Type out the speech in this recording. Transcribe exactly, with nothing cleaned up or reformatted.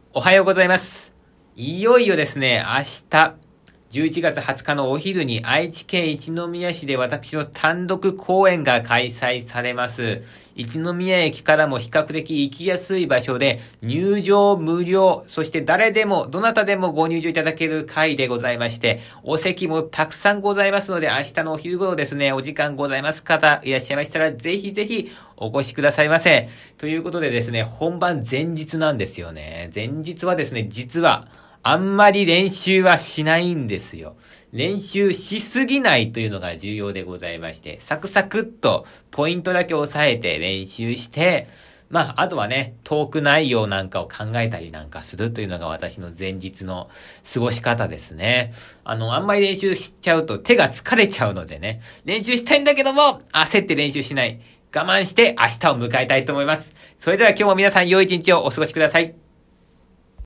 おはようございます。いよいよですね、明日、じゅういちがつはつかのお昼に愛知県一宮市で私の単独公演が開催されます。一宮駅からも比較的行きやすい場所で入場無料、そして誰でも、どなたでもご入場いただける会でございまして、お席もたくさんございますので、明日のお昼頃ですね、お時間ございます方いらっしゃいましたら、ぜひぜひお越しくださいませ。ということでですね、本番前日なんですよね。前日はですね、実は、あんまり練習はしないんですよ。練習しすぎないというのが重要でございまして、サクサクっとポイントだけ押さえて練習して、まあ、あとはね、トーク内容なんかを考えたりなんかするというのが私の前日の過ごし方ですね。あの、あんまり練習しちゃうと手が疲れちゃうのでね、練習したいんだけども、焦って練習しない。我慢して明日を迎えたいと思います。それでは今日も皆さん良い一日をお過ごしください。